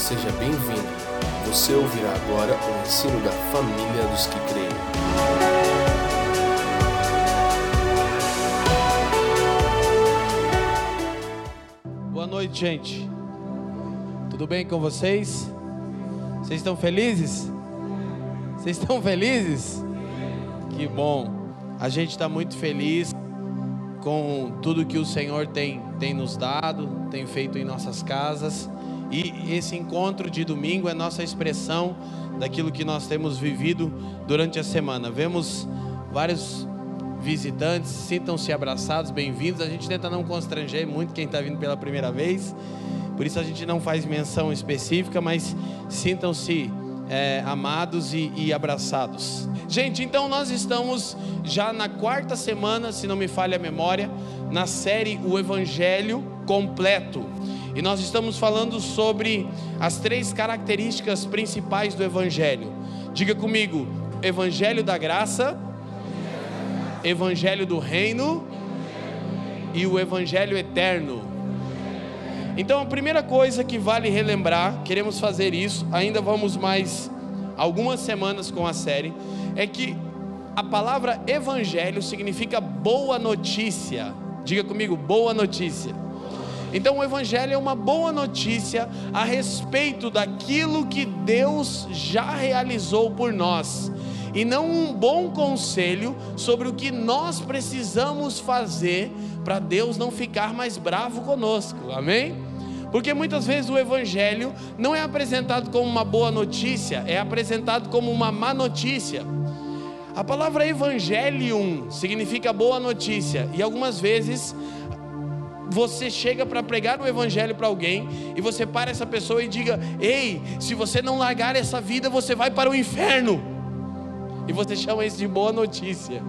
Seja bem-vindo. Você ouvirá agora o ensino da família dos que creem. Boa noite, gente. Tudo bem com vocês? Vocês estão felizes? Vocês estão felizes? Que bom. A gente está muito feliz com tudo que o Senhor tem nos dado, tem feito em nossas casas. E esse encontro de domingo é nossa expressão daquilo que nós temos vivido durante a semana. Vemos vários visitantes, sintam-se abraçados, bem-vindos. A gente tenta não constranger muito quem está vindo pela primeira vez, por isso a gente não faz menção específica, mas sintam-se amados e abraçados. Gente, então nós estamos já na quarta semana, se não me falha a memória, na série O Evangelho Completo. E nós estamos falando sobre as três características principais do Evangelho. Diga comigo: Evangelho da graça, Evangelho do reino e o Evangelho eterno. Então a primeira coisa que vale relembrar, queremos fazer isso, ainda vamos mais algumas semanas com a série, é que a palavra Evangelho significa boa notícia. Diga comigo: boa notícia. Então o Evangelho é uma boa notícia a respeito daquilo que Deus já realizou por nós, e não um bom conselho sobre o que nós precisamos fazer para Deus não ficar mais bravo conosco, amém? Porque muitas vezes o Evangelho não é apresentado como uma boa notícia, é apresentado como uma má notícia. A palavra Evangelium significa boa notícia, e algumas vezes você chega para pregar o Evangelho para alguém, e você para essa pessoa e diga: ei, se você não largar essa vida, você vai para o inferno. E você chama isso de boa notícia.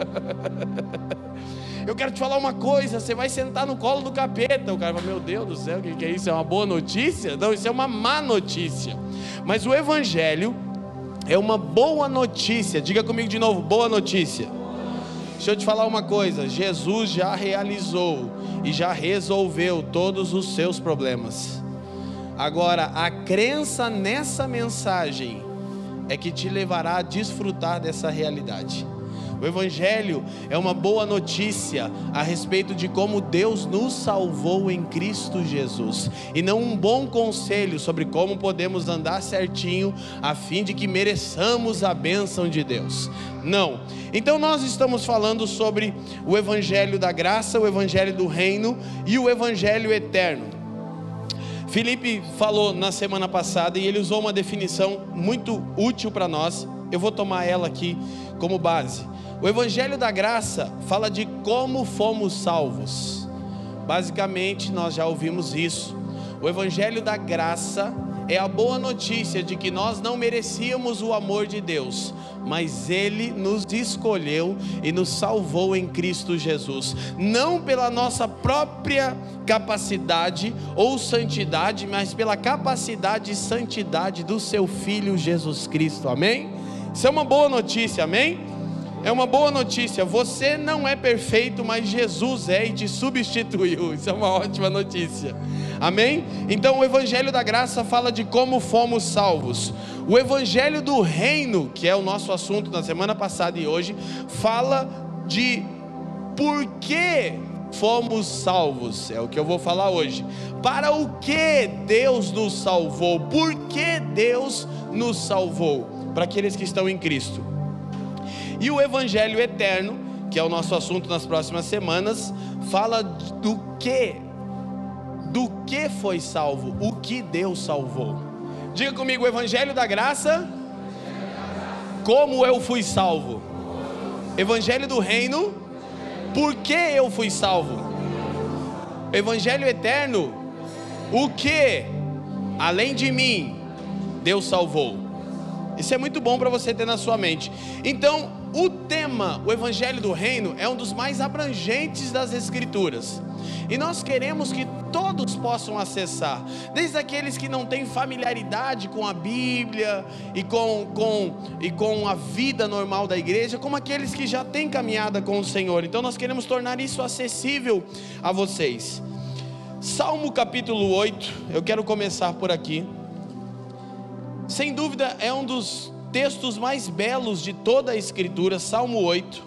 Eu quero te falar uma coisa: você vai sentar no colo do capeta. O cara fala: meu Deus do céu, o que é isso? É uma boa notícia? Não, isso é uma má notícia. Mas o Evangelho é uma boa notícia. Diga comigo de novo: boa notícia. Deixa eu te falar uma coisa: Jesus já realizou e já resolveu todos os seus problemas. Agora, a crença nessa mensagem é que te levará a desfrutar dessa realidade. O Evangelho é uma boa notícia a respeito de como Deus nos salvou em Cristo Jesus, e não um bom conselho sobre como podemos andar certinho a fim de que mereçamos a bênção de Deus. Não. Então nós estamos falando sobre o Evangelho da graça, o Evangelho do reino e o Evangelho eterno. Felipe falou na semana passada e ele usou uma definição muito útil para nós. Eu vou tomar ela aqui como base. O Evangelho da graça fala de como fomos salvos. Basicamente nós já ouvimos isso. O Evangelho da graça é a boa notícia de que nós não merecíamos o amor de Deus, mas Ele nos escolheu e nos salvou em Cristo Jesus, não pela nossa própria capacidade ou santidade, mas pela capacidade e santidade do seu Filho Jesus Cristo, amém? Isso é uma boa notícia, amém? É uma boa notícia. Você não é perfeito, mas Jesus é e te substituiu. Isso é uma ótima notícia, amém? Então o Evangelho da graça fala de como fomos salvos. O Evangelho do reino, que é o nosso assunto na semana passada e hoje, fala de por que fomos salvos. É o que eu vou falar hoje. Para o que Deus nos salvou? Por que Deus nos salvou? Para aqueles que estão em Cristo. E o Evangelho eterno, que é o nosso assunto nas próximas semanas, fala do que foi salvo, o que Deus salvou. Diga comigo: o Evangelho da graça, como eu fui salvo. Evangelho do reino, por que eu fui salvo. Evangelho eterno, o que, além de mim, Deus salvou. Isso é muito bom para você ter na sua mente. Então, o tema, o Evangelho do reino, é um dos mais abrangentes das Escrituras. E nós queremos que todos possam acessar, desde aqueles que não têm familiaridade com a Bíblia e com a vida normal da igreja, como aqueles que já têm caminhada com o Senhor. Então nós queremos tornar isso acessível a vocês. Salmo capítulo 8, eu quero começar por aqui. Sem dúvida é um dos textos mais belos de toda a Escritura, Salmo 8,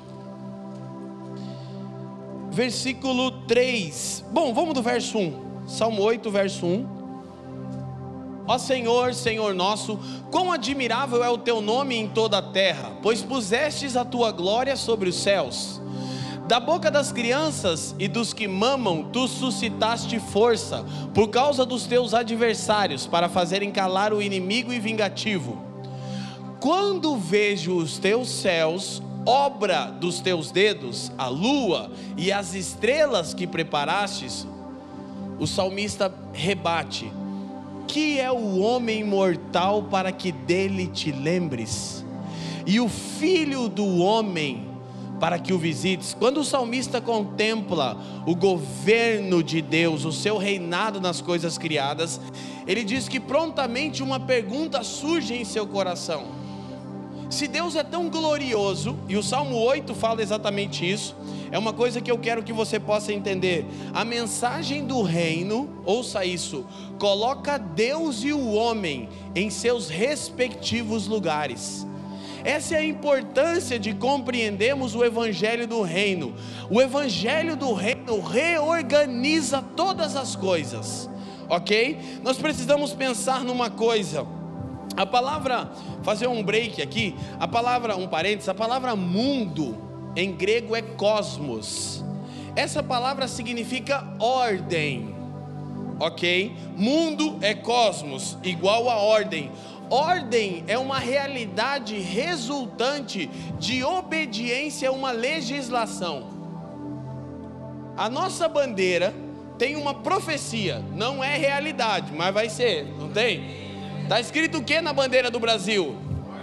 versículo 3. Bom, vamos do verso 1. Salmo 8, verso 1. Ó Senhor, Senhor nosso, quão admirável é o teu nome em toda a terra, pois pusestes a tua glória sobre os céus. Da boca das crianças e dos que mamam, tu suscitaste força, por causa dos teus adversários, para fazerem calar o inimigo e vingativo. Quando vejo os teus céus, obra dos teus dedos, a lua e as estrelas que preparastes, o salmista rebate: que é o homem mortal para que dele te lembres, e o filho do homem para que o visites? Quando o salmista contempla o governo de Deus, o seu reinado nas coisas criadas, ele diz que prontamente uma pergunta surge em seu coração: se Deus é tão glorioso, e o Salmo 8 fala exatamente isso, é uma coisa que eu quero que você possa entender. A mensagem do reino, ouça isso, coloca Deus e o homem em seus respectivos lugares. Essa é a importância de compreendermos o Evangelho do Reino. O Evangelho do Reino reorganiza todas as coisas, ok? Nós precisamos pensar numa coisa. A palavra, fazer um break aqui, a palavra, um parênteses, a palavra mundo em grego é cosmos. Essa palavra significa ordem, ok? Mundo é cosmos, igual a ordem. Ordem é uma realidade resultante de obediência a uma legislação. A nossa bandeira tem uma profecia, não é realidade, mas vai ser, não tem? Está escrito o que na bandeira do Brasil?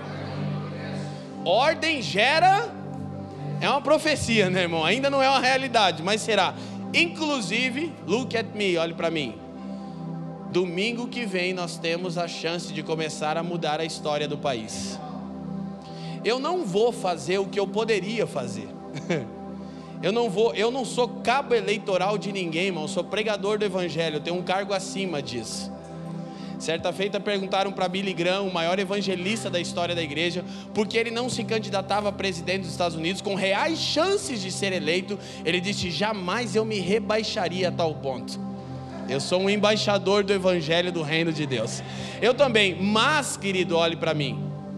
Ordem gera, é uma profecia, né, irmão? Ainda não é uma realidade, mas será. Inclusive, look at me, olhe para mim. Domingo que vem nós temos a chance de começar a mudar a história do país. Eu não vou fazer o que eu poderia fazer. Eu não sou cabo eleitoral de ninguém, irmão. Eu sou pregador do Evangelho, eu tenho um cargo acima disso. Certa feita perguntaram para Billy Graham, o maior evangelista da história da igreja, porque ele não se candidatava a presidente dos Estados Unidos com reais chances de ser eleito. Ele disse: jamais eu me rebaixaria a tal ponto. Eu sou um embaixador do Evangelho do Reino de Deus. Eu também, mas querido, olhe para mim.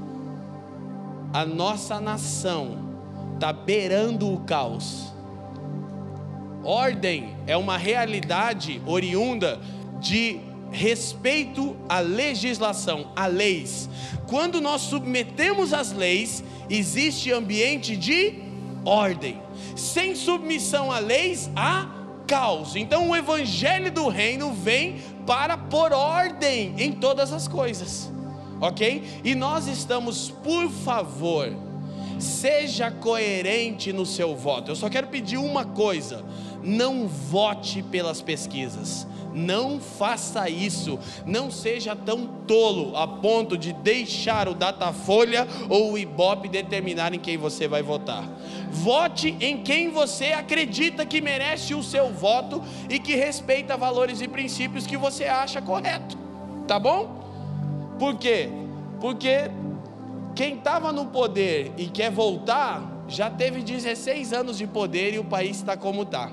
A nossa nação está beirando o caos. Ordem é uma realidade oriunda de respeito à legislação, a leis. Quando nós submetemos as leis, existe ambiente de ordem. Sem submissão a leis, há caos. Então o Evangelho do Reino vem para pôr ordem em todas as coisas, ok? E nós estamos, por favor, seja coerente no seu voto. Eu só quero pedir uma coisa: não vote pelas pesquisas. Não faça isso. Não seja tão tolo a ponto de deixar o Datafolha ou o Ibope determinarem quem você vai votar. Vote em quem você acredita que merece o seu voto e que respeita valores e princípios que você acha correto, tá bom? Por quê? Porque quem estava no poder e quer voltar já teve 16 anos de poder e o país está como está.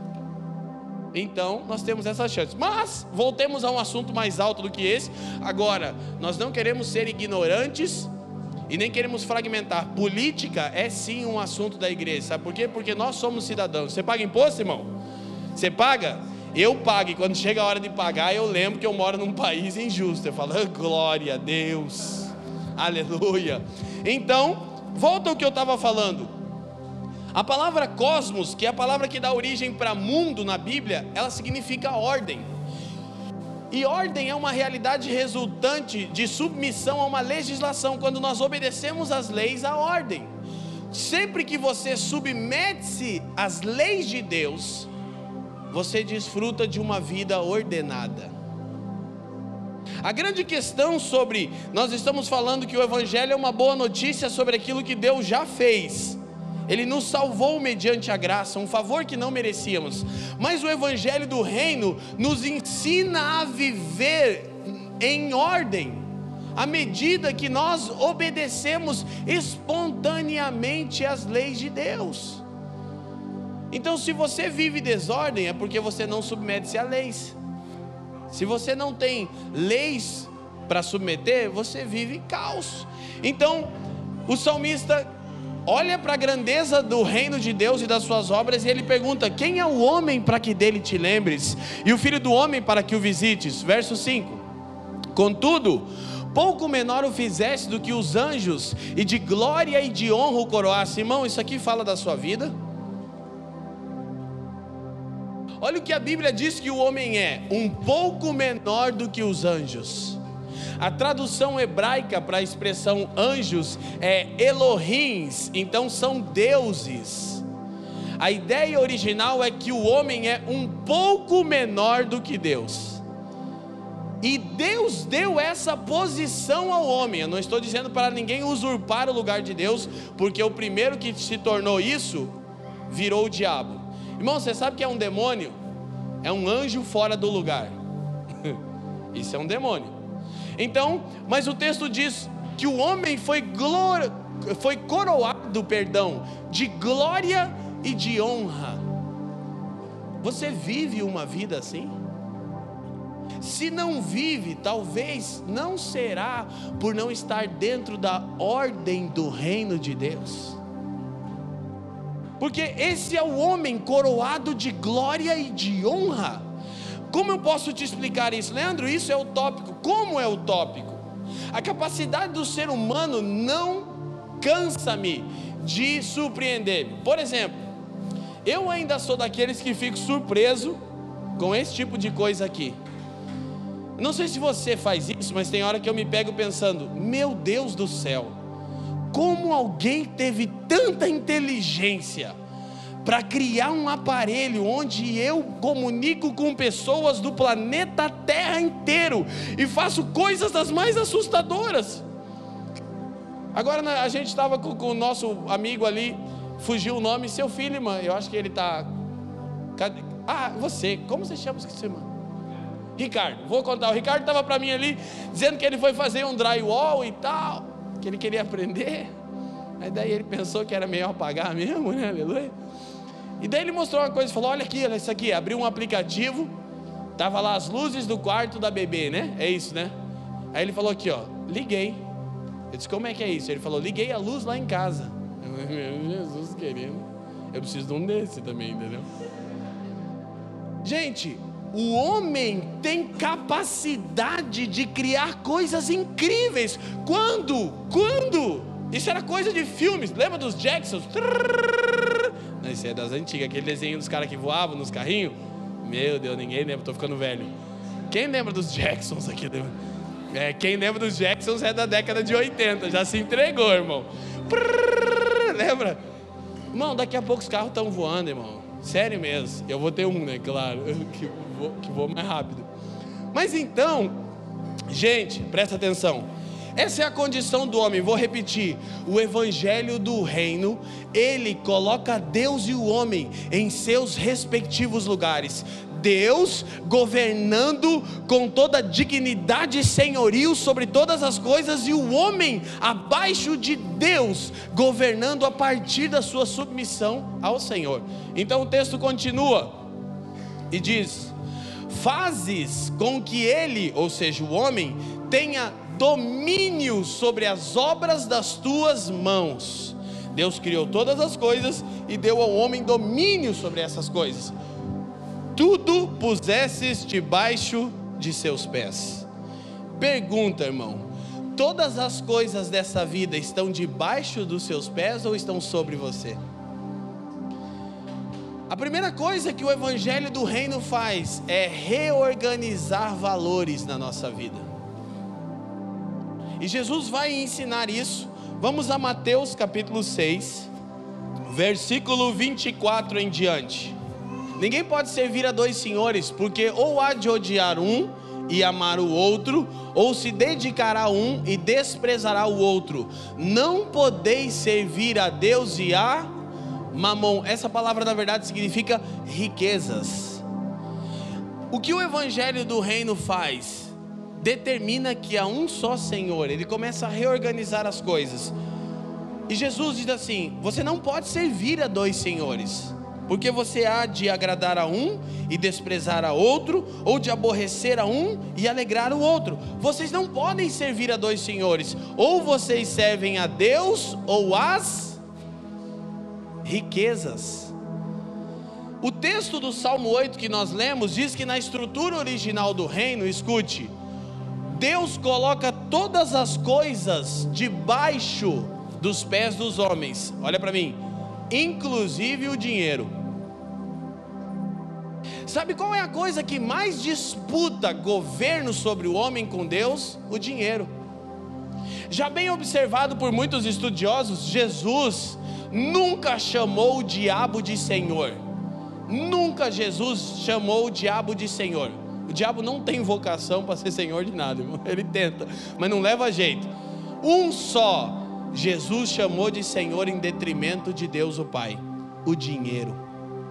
Então nós temos essa chance. Mas voltemos a um assunto mais alto do que esse. Agora, nós não queremos ser ignorantes e nem queremos fragmentar. Política é sim um assunto da igreja. Sabe por quê? Porque nós somos cidadãos. Você paga imposto, irmão? Você paga? Eu pago. E quando chega a hora de pagar, eu lembro que eu moro num país injusto. Eu falo: oh, glória a Deus, aleluia. Então, volta ao que eu estava falando. A palavra cosmos, que é a palavra que dá origem para mundo na Bíblia, ela significa ordem. E ordem é uma realidade resultante de submissão a uma legislação. Quando nós obedecemos às leis, a ordem. Sempre que você submete-se às leis de Deus, você desfruta de uma vida ordenada. A grande questão sobre, nós estamos falando que o Evangelho é uma boa notícia sobre aquilo que Deus já fez. Ele nos salvou mediante a graça, um favor que não merecíamos. Mas o Evangelho do Reino nos ensina a viver em ordem, à medida que nós obedecemos espontaneamente às leis de Deus. Então, se você vive desordem, é porque você não submete-se a leis. Se você não tem leis para submeter, você vive caos. Então, o salmista olha para a grandeza do reino de Deus e das suas obras, e ele pergunta: quem é o homem para que dele te lembres, e o filho do homem para que o visites? Verso 5: contudo, pouco menor o fizeste do que os anjos, e de glória e de honra o coroaste. Irmão, isso aqui fala da sua vida? Olha o que a Bíblia diz que o homem é: um pouco menor do que os anjos. A tradução hebraica para a expressão anjos é Elohims, então são deuses. A ideia original é que o homem é um pouco menor do que Deus. E Deus deu essa posição ao homem. Eu não estou dizendo para ninguém usurpar o lugar de Deus, porque o primeiro que se tornou isso virou o diabo. Irmão, você sabe que é um demônio? É um anjo fora do lugar. Isso é um demônio. Então, mas o texto diz que o homem foi coroado, de glória e de honra. Você vive uma vida assim? Se não vive, talvez não será por não estar dentro da ordem do reino de Deus. Porque esse é o homem coroado de glória e de honra. Como eu posso te explicar isso? Leandro, isso é utópico. Como é utópico? A capacidade do ser humano não cansa-me de surpreender-me. Por exemplo, eu ainda sou daqueles que fico surpreso com esse tipo de coisa aqui. Não sei se você faz isso, mas tem hora que eu me pego pensando: meu Deus do céu, como alguém teve tanta inteligência para criar um aparelho onde eu comunico com pessoas do planeta Terra inteiro e faço coisas das mais assustadoras. Agora a gente estava com o nosso amigo ali, fugiu o nome, seu filho, irmã, eu acho que ele está... você, como você chama? Esqueci, irmã. Ricardo, vou contar. O Ricardo estava para mim ali, dizendo que ele foi fazer um drywall e tal, que ele queria aprender. Aí daí ele pensou que era melhor pagar mesmo, né? Aleluia. E daí ele mostrou uma coisa, falou: olha aqui, olha isso aqui. Abriu um aplicativo, tava lá as luzes do quarto da bebê, né? É isso, né? Aí ele falou aqui, ó, liguei. Eu disse: como é que é isso? Ele falou: liguei a luz lá em casa. Eu falei: meu Jesus querido, eu preciso de um desse também, entendeu? Gente, o homem tem capacidade de criar coisas incríveis. Quando? Isso era coisa de filmes. Lembra dos Jacksons? Não, isso é das antigas, aquele desenho dos caras que voavam nos carrinhos. Meu Deus, ninguém lembra, estou ficando velho. Quem lembra dos Jacksons aqui? Quem lembra dos Jacksons é da década de 80, já se entregou, irmão. Lembra? Irmão, daqui a pouco os carros estão voando, irmão. Sério mesmo, eu vou ter um, né, claro, que vou mais rápido. Mas então, gente, presta atenção. Essa é a condição do homem. Vou repetir: o evangelho do reino, ele coloca Deus e o homem em seus respectivos lugares. Deus governando com toda dignidade e senhorio sobre todas as coisas, e o homem abaixo de Deus, governando a partir da sua submissão ao Senhor. Então o texto continua e diz: fazes com que ele, ou seja, o homem, tenha domínio sobre as obras das tuas mãos. Deus criou todas as coisas e deu ao homem domínio sobre essas coisas. Tudo pusesses debaixo de seus pés. Pergunta, irmão: todas as coisas dessa vida estão debaixo dos seus pés ou estão sobre você? A primeira coisa que o evangelho do reino faz é reorganizar valores na nossa vida. E Jesus vai ensinar isso. Vamos a Mateus capítulo 6, versículo 24 em diante. Ninguém pode servir a dois senhores, porque ou há de odiar um e amar o outro, ou se dedicará a um e desprezará o outro. Não podeis servir a Deus e a Mamon. Essa palavra na verdade significa riquezas. O que o evangelho do reino faz? determina que há um só Senhor. Ele começa a reorganizar as coisas. E Jesus diz assim: você não pode servir a dois senhores, porque você há de agradar a um e desprezar a outro, ou de aborrecer a um e alegrar o outro. Vocês não podem servir a dois senhores. Ou vocês servem a Deus ou às riquezas. O texto do Salmo 8 que nós lemos diz que na estrutura original do reino, escute, Deus coloca todas as coisas debaixo dos pés dos homens. Olha para mim, inclusive o dinheiro. Sabe qual é a coisa que mais disputa governo sobre o homem com Deus? O dinheiro. Já bem observado por muitos estudiosos, Jesus nunca chamou o diabo de Senhor. Nunca Jesus chamou o diabo de Senhor. O diabo não tem vocação para ser Senhor de nada, irmão. Ele tenta, mas não leva jeito. Um só Jesus chamou de Senhor em detrimento de Deus o Pai: o dinheiro.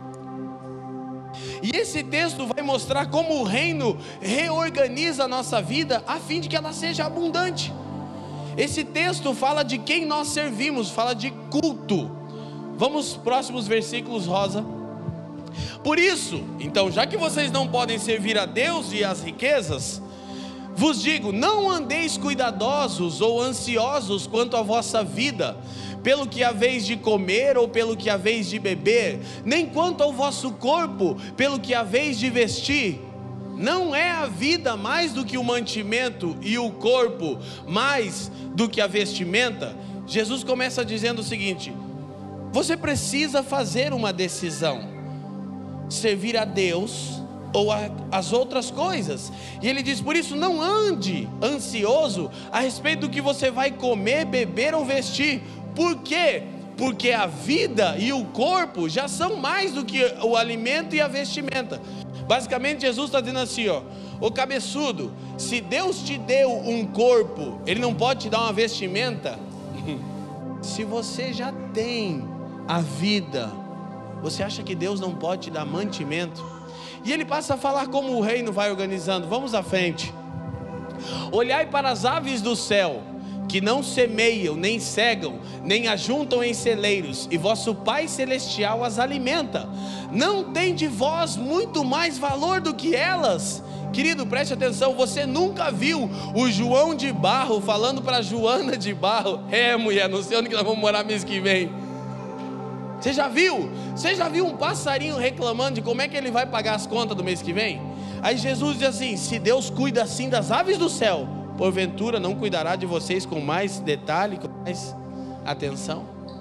E esse texto vai mostrar como o reino reorganiza a nossa vida a fim de que ela seja abundante. Esse texto fala de quem nós servimos, fala de culto. Vamos aos próximos versículos, Rosa. Por isso, então, já que vocês não podem servir a Deus e as riquezas, vos digo, não andeis cuidadosos ou ansiosos quanto à vossa vida, pelo que haveis de comer ou pelo que haveis de beber, nem quanto ao vosso corpo, pelo que haveis de vestir. Não é a vida mais do que o mantimento e o corpo mais do que a vestimenta? Jesus começa dizendo o seguinte: você precisa fazer uma decisão: servir a Deus ou as outras coisas. E ele diz: por isso não ande ansioso a respeito do que você vai comer, beber ou vestir. Por quê? Porque a vida e o corpo já são mais do que o alimento e a vestimenta. Basicamente Jesus está dizendo assim, ó: ô cabeçudo, se Deus te deu um corpo, Ele não pode te dar uma vestimenta? Se você já tem a vida, você acha que Deus não pode te dar mantimento? E ele passa a falar como o reino vai organizando. Vamos à frente. Olhai para as aves do céu, que não semeiam, nem cegam, nem ajuntam em celeiros, e vosso Pai Celestial as alimenta. Não tem de vós muito mais valor do que elas? Querido, preste atenção, você nunca viu o João de Barro falando para a Joana de Barro: mulher, não sei onde que nós vamos morar mês que vem. Você já viu? Você já viu um passarinho reclamando de como é que ele vai pagar as contas do mês que vem? Aí Jesus diz assim: se Deus cuida assim das aves do céu, porventura não cuidará de vocês com mais detalhe, com mais atenção?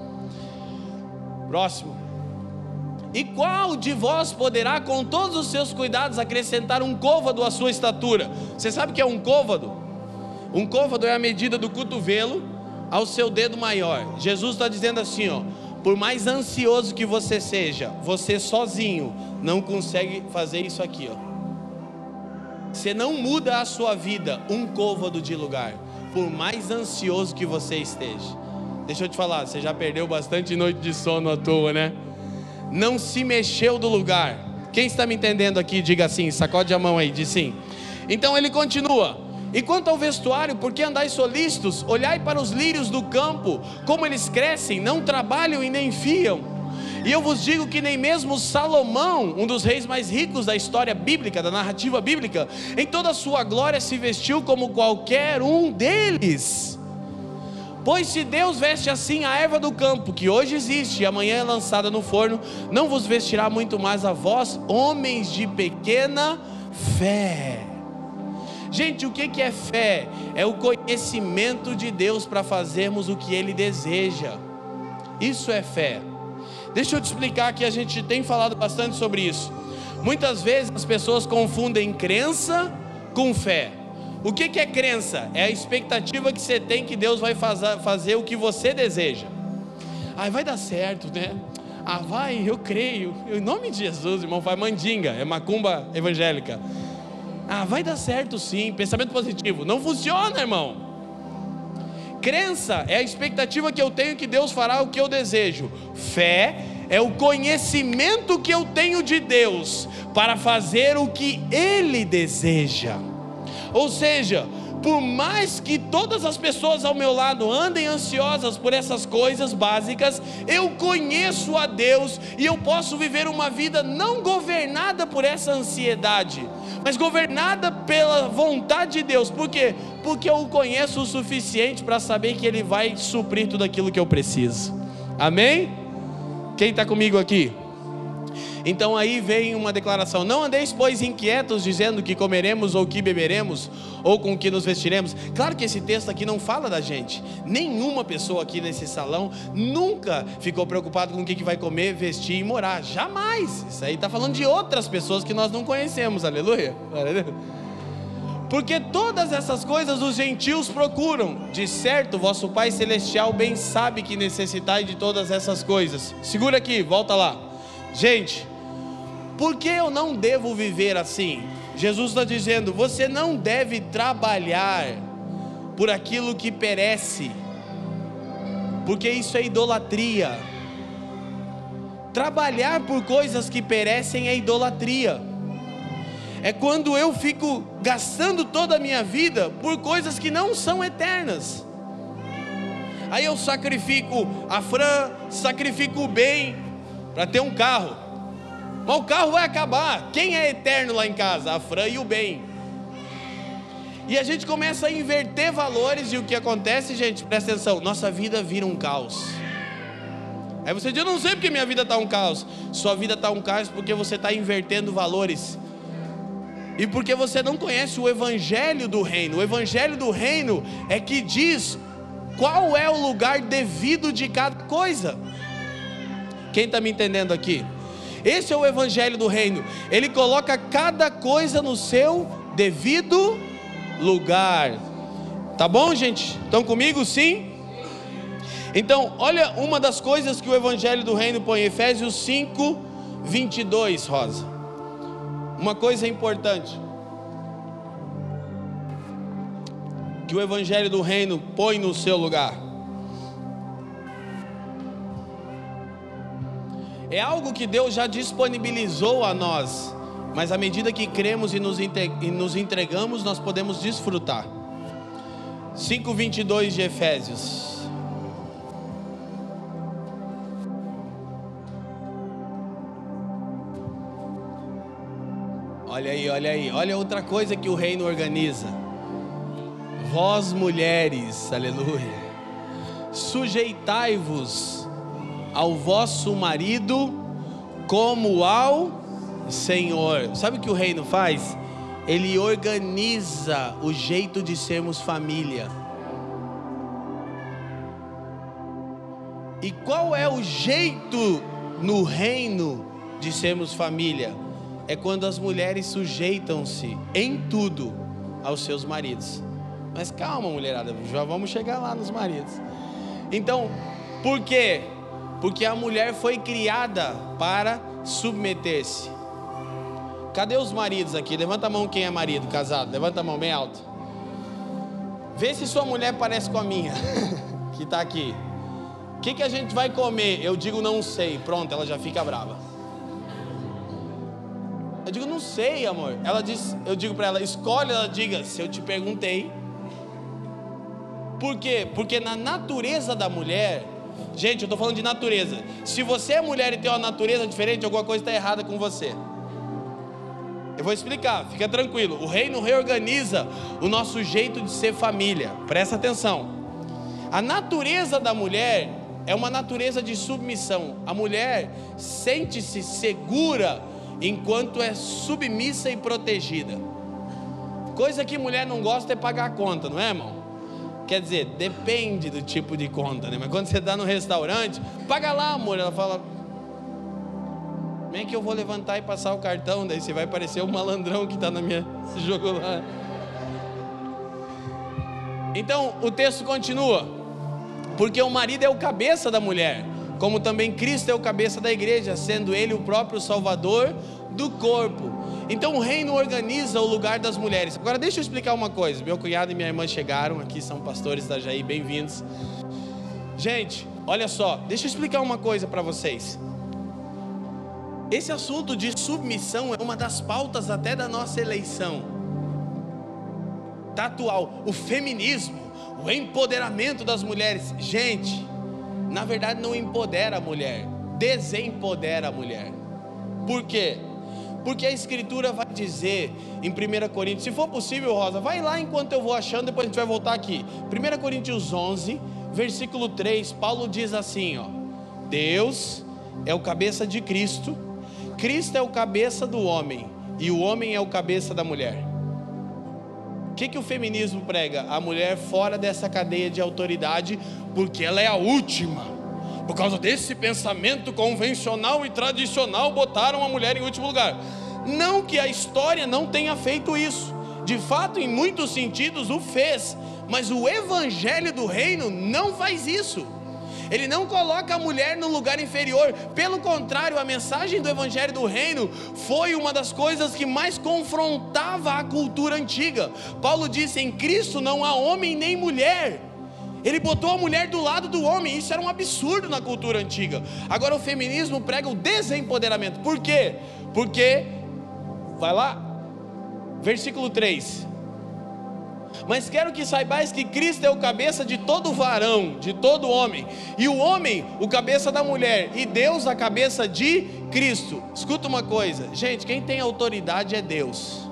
Próximo. E qual de vós poderá com todos os seus cuidados acrescentar um côvado à sua estatura? Você sabe o que é um côvado? Um côvado é a medida do cotovelo ao seu dedo maior. Jesus está dizendo assim, ó: por mais ansioso que você seja, você sozinho não consegue fazer isso aqui, ó. Você não muda a sua vida um côvado de lugar, por mais ansioso que você esteja. Deixa eu te falar, você já perdeu bastante noite de sono à toa, né? Não se mexeu do lugar. Quem está me entendendo aqui, diga assim, sacode a mão aí, diz sim. Então ele continua: e quanto ao vestuário, por que andais solícitos? Olhai para os lírios do campo, como eles crescem, não trabalham e nem fiam. E eu vos digo que nem mesmo Salomão, um dos reis mais ricos da história bíblica, da narrativa bíblica, em toda a sua glória se vestiu como qualquer um deles. Pois se Deus veste assim a erva do campo, que hoje existe e amanhã é lançada no forno, não vos vestirá muito mais a vós, homens de pequena fé. Gente, o que é fé? É o conhecimento de Deus para fazermos o que Ele deseja. Isso é fé. Deixa eu te explicar que a gente tem falado bastante sobre isso. Muitas vezes as pessoas confundem crença com fé. O que é crença? É a expectativa que você tem que Deus vai fazer o que você deseja. Vai dar certo, né? Vai, eu creio. Em nome de Jesus, irmão, vai mandinga, é macumba evangélica. Vai dar certo sim, pensamento positivo. Não funciona, irmão. Crença é a expectativa que eu tenho que Deus fará o que eu desejo. Fé é o conhecimento que eu tenho de Deus para fazer o que Ele deseja. Ou seja, por mais que todas as pessoas ao meu lado andem ansiosas por essas coisas básicas, eu conheço a Deus e eu posso viver uma vida não governada por essa ansiedade, mas governada pela vontade de Deus. Por quê? Porque eu o conheço o suficiente para saber que Ele vai suprir tudo aquilo que eu preciso. Amém? Quem está comigo aqui? Então aí vem uma declaração: não andeis pois inquietos, dizendo que comeremos ou que beberemos, ou com que nos vestiremos. Claro que esse texto aqui não fala da gente. Nenhuma pessoa aqui nesse salão nunca ficou preocupado com o que vai comer, vestir e morar. Jamais. Isso aí está falando de outras pessoas que nós não conhecemos. Aleluia. Porque todas essas coisas os gentios procuram. De certo, vosso Pai Celestial bem sabe que necessitais de todas essas coisas. Segura aqui, volta lá. Gente, por que eu não devo viver assim? Jesus está dizendo: você não deve trabalhar por aquilo que perece, porque isso é idolatria. Trabalhar por coisas que perecem é idolatria. É quando eu fico gastando toda a minha vida por coisas que não são eternas. Aí eu sacrifico a Fran, sacrifico o bem para ter um carro. Mas o carro vai acabar. Quem é eterno lá em casa? A Fran e o bem. E a gente começa a inverter valores. E o que acontece, gente? Presta atenção: nossa vida vira um caos. Aí você diz: eu não sei porque minha vida está um caos. Sua vida está um caos porque você está invertendo valores. E porque você não conhece o evangelho do reino. O evangelho do reino é que diz qual é o lugar devido de cada coisa. Quem está me entendendo aqui? Esse é o evangelho do reino. Ele coloca cada coisa no seu devido lugar. Tá bom, gente? Estão comigo? Sim? Então, olha uma das coisas que o evangelho do reino põe. Efésios 5, 22, Rosa. Uma coisa importante que o evangelho do reino põe no seu lugar. É algo que Deus já disponibilizou a nós, mas à medida que cremos e nos entregamos, nós podemos desfrutar. 5:22 de Efésios. Olha aí, olha outra coisa que o reino organiza. Vós mulheres, aleluia, sujeitai-vos ao vosso marido como ao Senhor. Sabe o que o reino faz? Ele organiza o jeito de sermos família. E qual é o jeito no reino de sermos família? É quando as mulheres sujeitam-se em tudo aos seus maridos. Mas calma, mulherada, já vamos chegar lá nos maridos. Então, por quê? Porque a mulher foi criada para submeter-se. Cadê os maridos aqui? Levanta a mão quem é marido, casado. Levanta a mão bem alto. Vê se sua mulher parece com a minha, que está aqui. O que a gente vai comer? Eu digo não sei. Pronto, ela já fica brava. Eu digo não sei, amor. Ela diz, eu digo para ela, escolhe. Ela diga, se eu te perguntei. Por quê? Porque na natureza da mulher... Gente, eu estou falando de natureza. Se você é mulher e tem uma natureza diferente, alguma coisa está errada com você. Eu vou explicar, fica tranquilo. O reino reorganiza o nosso jeito de ser família. Presta atenção. A natureza da mulher é uma natureza de submissão. A mulher sente-se segura enquanto é submissa e protegida. Coisa que mulher não gosta é pagar a conta, não é, irmão? Quer dizer, depende do tipo de conta, né? Mas quando você está no restaurante, paga lá, amor. Ela fala, bem que eu vou levantar e passar o cartão. Daí você vai parecer o malandrão que está na minha jogo lá. Então, o texto continua. Porque o marido é o cabeça da mulher, como também Cristo é o cabeça da igreja, sendo Ele o próprio Salvador do corpo. Então o reino organiza o lugar das mulheres. Agora deixa eu explicar uma coisa. Meu cunhado e minha irmã chegaram aqui, são pastores da Jair, bem-vindos. Gente, olha só, deixa eu explicar uma coisa para vocês. Esse assunto de submissão é uma das pautas até da nossa eleição. Está atual. O feminismo, o empoderamento das mulheres. Gente, na verdade não empodera a mulher, desempodera a mulher. Por quê? Porque a Escritura vai dizer em 1 Coríntios, se for possível, Rosa, vai lá enquanto eu vou achando, depois a gente vai voltar aqui. 1 Coríntios 11, versículo 3, Paulo diz assim, ó: Deus é o cabeça de Cristo, Cristo é o cabeça do homem, e o homem é o cabeça da mulher. O que o feminismo prega? A mulher fora dessa cadeia de autoridade, porque ela é a última. Por causa desse pensamento convencional e tradicional, botaram a mulher em último lugar. Não que a história não tenha feito isso, de fato em muitos sentidos o fez, mas o evangelho do reino não faz isso. Ele não coloca a mulher no lugar inferior. Pelo contrário, a mensagem do evangelho do reino foi uma das coisas que mais confrontava a cultura antiga. Paulo disse: em Cristo não há homem nem mulher. Ele botou a mulher do lado do homem. Isso era um absurdo na cultura antiga. Agora o feminismo prega o desempoderamento. Por quê? Porque, vai lá, versículo 3: mas quero que saibais que Cristo é o cabeça de todo varão, de todo homem, e o homem o cabeça da mulher, e Deus a cabeça de Cristo. Escuta uma coisa, gente, quem tem autoridade é Deus.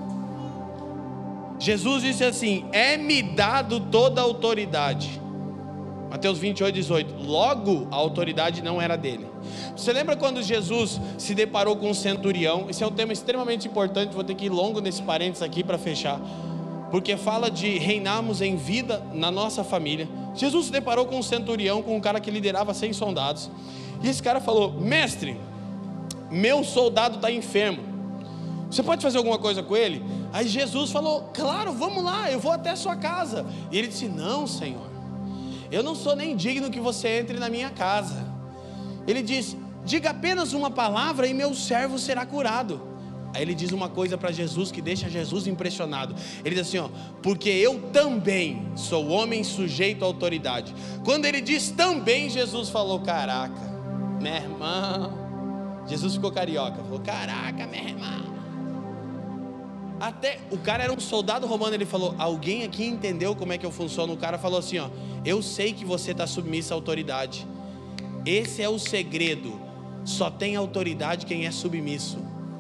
Jesus disse assim: é-me dado toda a autoridade. Mateus 28, 18. Logo a autoridade não era dele. Você lembra quando Jesus se deparou com um centurião? Esse é um tema extremamente importante, vou ter que ir longo nesse parênteses aqui para fechar, porque fala de reinarmos em vida na nossa família. Jesus se deparou com um centurião, com um cara que liderava 100 soldados, e esse cara falou: mestre, meu soldado está enfermo, você pode fazer alguma coisa com ele? Aí Jesus falou: claro, vamos lá, eu vou até a sua casa. E ele disse: não, Senhor, eu não sou nem digno que você entre na minha casa. Ele disse: diga apenas uma palavra e meu servo será curado. Aí ele diz uma coisa para Jesus que deixa Jesus impressionado. Ele diz assim, ó: porque eu também sou homem sujeito à autoridade. Quando ele diz também, Jesus falou: caraca, meu irmão. Jesus ficou carioca, falou: caraca, meu irmão. Até o cara era um soldado romano. Ele falou: alguém aqui entendeu como é que eu funciono? O cara falou assim, ó: eu sei que você está submisso à autoridade. Esse é o segredo, só tem autoridade quem é submisso.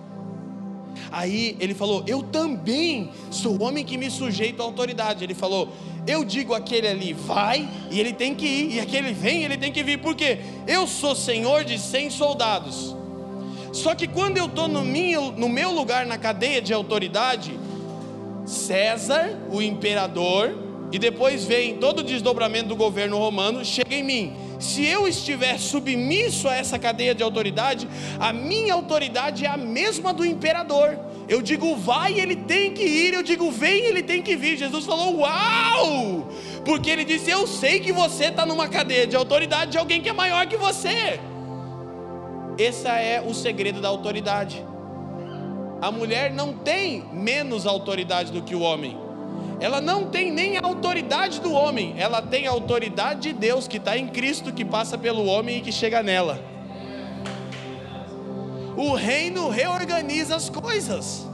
Aí ele falou: eu também sou homem que me sujeito à autoridade. Ele falou: eu digo aquele ali vai, e ele tem que ir, e aquele vem, ele tem que vir. Por quê? Eu sou senhor de 100 soldados. Só que quando eu estou no meu lugar na cadeia de autoridade, César, o imperador, e depois vem todo o desdobramento do governo romano, chega em mim. Se eu estiver submisso a essa cadeia de autoridade, a minha autoridade é a mesma do imperador. Eu digo vai, ele tem que ir. Eu digo vem, ele tem que vir. Jesus falou: uau! Porque ele disse: eu sei que você está numa cadeia de autoridade de alguém que é maior que você. Esse é o segredo da autoridade. A mulher não tem menos autoridade do que o homem. Ela não tem nem a autoridade do homem. Ela tem a autoridade de Deus que está em Cristo, que passa pelo homem e que chega nela. O reino reorganiza as coisas.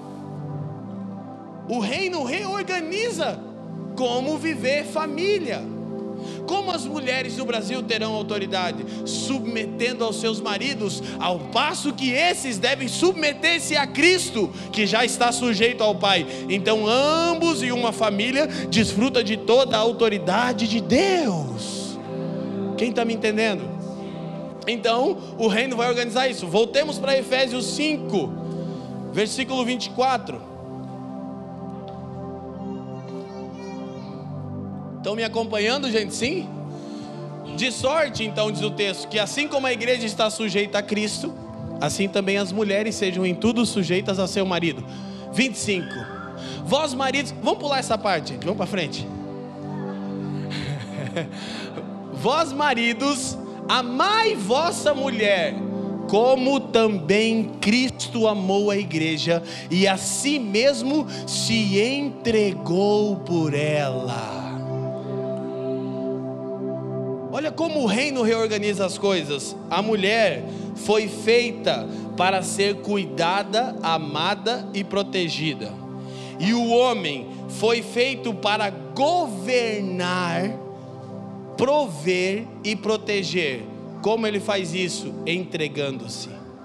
O reino reorganiza como viver família. Como as mulheres do Brasil terão autoridade? Submetendo aos seus maridos, ao passo que esses devem submeter-se a Cristo, que já está sujeito ao Pai. Então ambos em uma família desfrutam de toda a autoridade de Deus. Quem está me entendendo? Então o reino vai organizar isso. Voltemos para Efésios 5, versículo 24. Estão me acompanhando, gente? Sim? De sorte, então, diz o texto, que assim como a igreja está sujeita a Cristo, assim também as mulheres sejam em tudo sujeitas a seu marido. 25. Vós maridos, vamos pular essa parte, vamos para frente. Vós maridos, amai vossa mulher, como também Cristo amou a igreja e a si mesmo se entregou por ela. Olha como o reino reorganiza as coisas. A mulher foi feita para ser cuidada, amada e protegida. E o homem foi feito para governar, prover e proteger. Como ele faz isso? Entregando-se.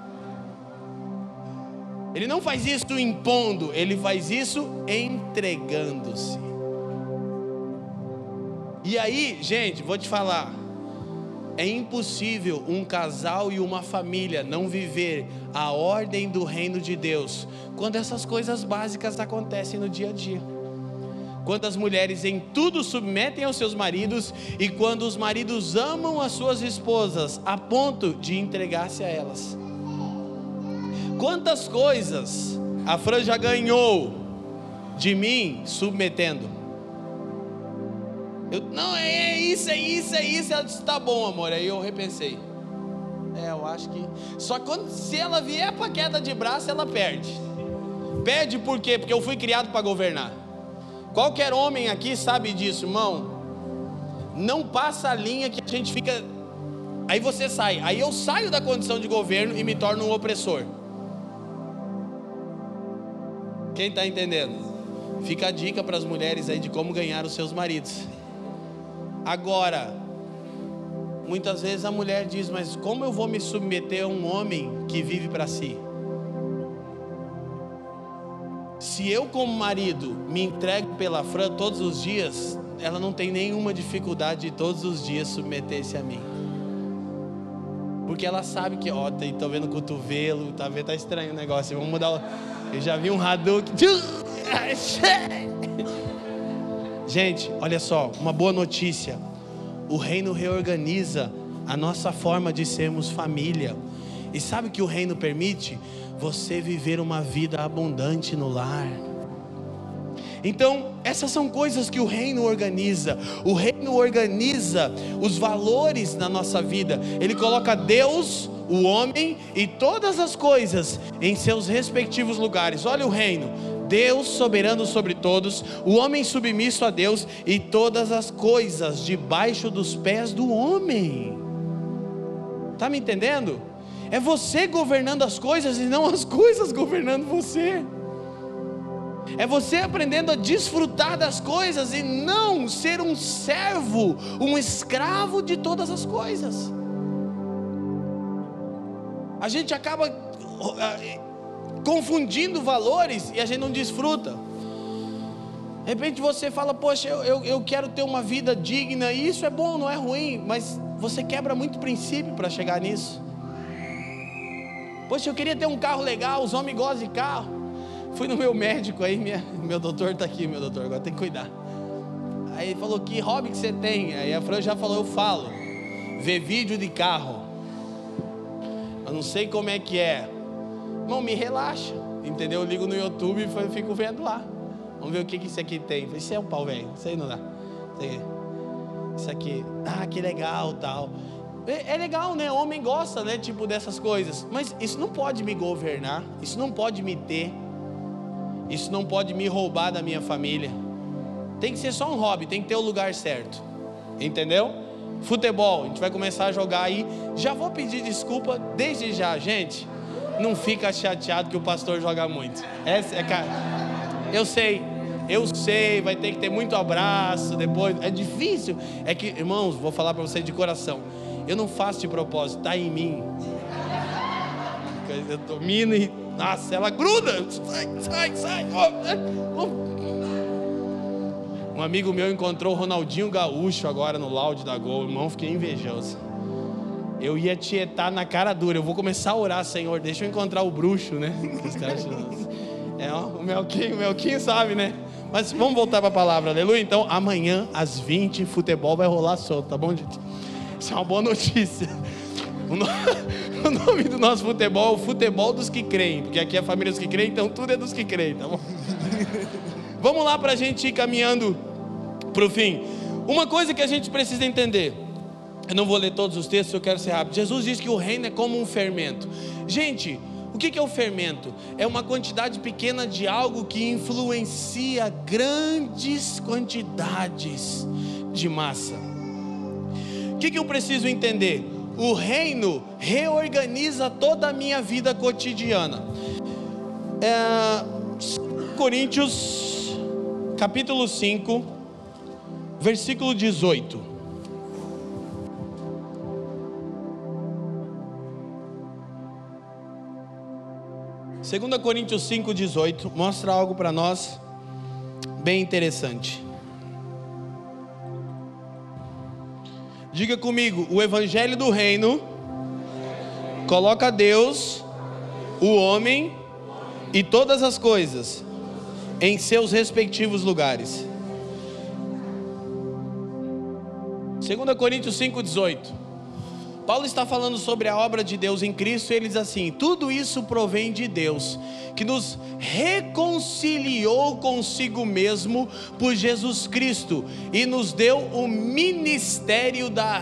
Ele não faz isso impondo, ele faz isso entregando-se. E aí, gente, vou te falar, é impossível um casal e uma família não viver a ordem do reino de Deus quando essas coisas básicas acontecem no dia a dia. Quando as mulheres em tudo submetem aos seus maridos e quando os maridos amam as suas esposas a ponto de entregar-se a elas. Quantas coisas a Fran já ganhou de mim submetendo? Não, é isso. Ela disse, tá bom, amor. Aí eu repensei. Eu acho que... Só que se ela vier pra queda de braço, ela perde. Perde por quê? Porque eu fui criado para governar. Qualquer homem aqui sabe disso, irmão. Não passa a linha que a gente fica... Aí você sai. Aí eu saio da condição de governo e me torno um opressor. Quem está entendendo? Fica a dica para as mulheres aí de como ganhar os seus maridos. Agora, muitas vezes a mulher diz, mas como eu vou me submeter a um homem que vive para si? Se eu como marido me entrego pela Fran todos os dias, ela não tem nenhuma dificuldade de todos os dias submeter-se a mim. Porque ela sabe que, tô vendo o cotovelo, tá estranho o negócio, vamos mudar eu já vi um Hadouken. Gente, olha só, uma boa notícia. O reino reorganiza a nossa forma de sermos família. E sabe o que o reino permite? Você viver uma vida abundante no lar. Então, essas são coisas que o reino organiza. O reino organiza os valores na nossa vida. Ele coloca Deus, o homem e todas as coisas em seus respectivos lugares. Olha o reino: Deus soberano sobre todos, o homem submisso a Deus e todas as coisas debaixo dos pés do homem. Está me entendendo? É você governando as coisas e não as coisas governando você. É você aprendendo a desfrutar das coisas e não ser um servo, um escravo de todas as coisas. A gente acaba confundindo valores e a gente não desfruta. De repente você fala, poxa, eu quero ter uma vida digna, e isso é bom, não é ruim, mas você quebra muito princípio para chegar nisso. Poxa, eu queria ter um carro legal, os homens gostam de carro. Fui no meu médico aí, meu doutor está aqui, meu doutor, agora tem que cuidar. Aí ele falou, que hobby que você tem? Aí a Fran já falou, eu falo, ver vídeo de carro. Eu não sei como é que é. Irmão, me relaxa, entendeu? Eu ligo no YouTube e fico vendo lá. Vamos ver o que isso aqui tem. Isso é um pau, velho, isso aí não dá. Isso aqui, que legal, tal. É legal, né? O homem gosta, né? Tipo dessas coisas. Mas isso não pode me governar. Isso não pode me ter. Isso não pode me roubar da minha família. Tem que ser só um hobby. Tem que ter o lugar certo. Entendeu? Futebol, a gente vai começar a jogar aí. Já vou pedir desculpa desde já, gente. Não fica chateado que o pastor joga muito. Eu sei, vai ter que ter muito abraço depois. É difícil. É que, irmãos, vou falar para vocês de coração. Eu não faço de propósito, está em mim. Eu domino e, nossa, ela gruda. Sai. Um amigo meu encontrou o Ronaldinho Gaúcho agora no laude da Gol. Irmão, fiquei invejoso. Eu ia tietar na cara dura. Eu vou começar a orar, Senhor, deixa eu encontrar o bruxo, né? Os caras, o Melquinho sabe, né? Mas vamos voltar para a palavra, aleluia. Então, amanhã às 20, futebol vai rolar solto, tá bom, gente? Isso é uma boa notícia. O nome do nosso futebol é o futebol dos que creem, porque aqui é a família dos que creem, então tudo é dos que creem, tá bom? Vamos lá para a gente ir caminhando para o fim. Uma coisa que a gente precisa entender, eu não vou ler todos os textos, eu quero ser rápido. Jesus diz que o reino é como um fermento. Gente, o que é o fermento? É uma quantidade pequena de algo que influencia grandes quantidades de massa. O que eu preciso entender? O reino reorganiza toda a minha vida cotidiana. Coríntios capítulo 5, versículo 18. 2 Coríntios 5, 18 mostra algo para nós bem interessante. Diga comigo: o evangelho do reino coloca Deus, o homem e todas as coisas em seus respectivos lugares. 2 Coríntios 5, 18. Paulo está falando sobre a obra de Deus em Cristo, e ele diz assim: tudo isso provém de Deus, que nos reconciliou consigo mesmo por Jesus Cristo, e nos deu o ministério da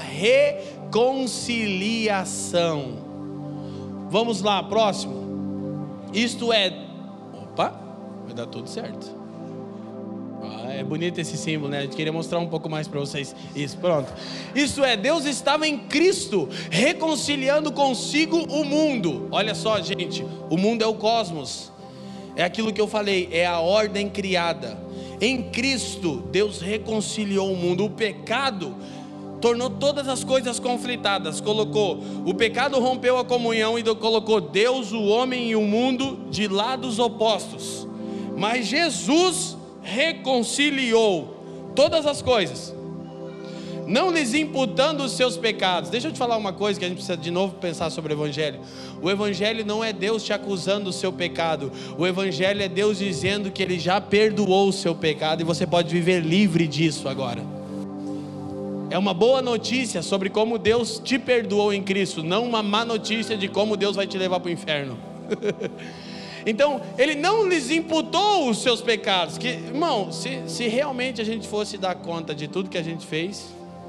reconciliação. Vamos lá, próximo. Isto é... Opa, vai dar tudo certo. É bonito esse símbolo, né? A gente queria mostrar um pouco mais para vocês. Isso, pronto. Isso é, Deus estava em Cristo, reconciliando consigo o mundo. Olha só, gente, o mundo é o cosmos. É aquilo que eu falei, é a ordem criada. Em Cristo, Deus reconciliou o mundo. O pecado tornou todas as coisas conflitadas. O pecado rompeu a comunhão e colocou Deus, o homem e o mundo de lados opostos. Mas Jesus reconciliou todas as coisas, não lhes imputando os seus pecados. Deixa eu te falar uma coisa que a gente precisa de novo pensar sobre o evangelho. O evangelho não é Deus te acusando do seu pecado. O evangelho é Deus dizendo que Ele já perdoou o seu pecado e você pode viver livre disso agora. É uma boa notícia sobre como Deus te perdoou em Cristo, não uma má notícia de como Deus vai te levar para o inferno. Então, Ele não lhes imputou os seus pecados. Irmão, se realmente a gente fosse dar conta de tudo que a gente fez,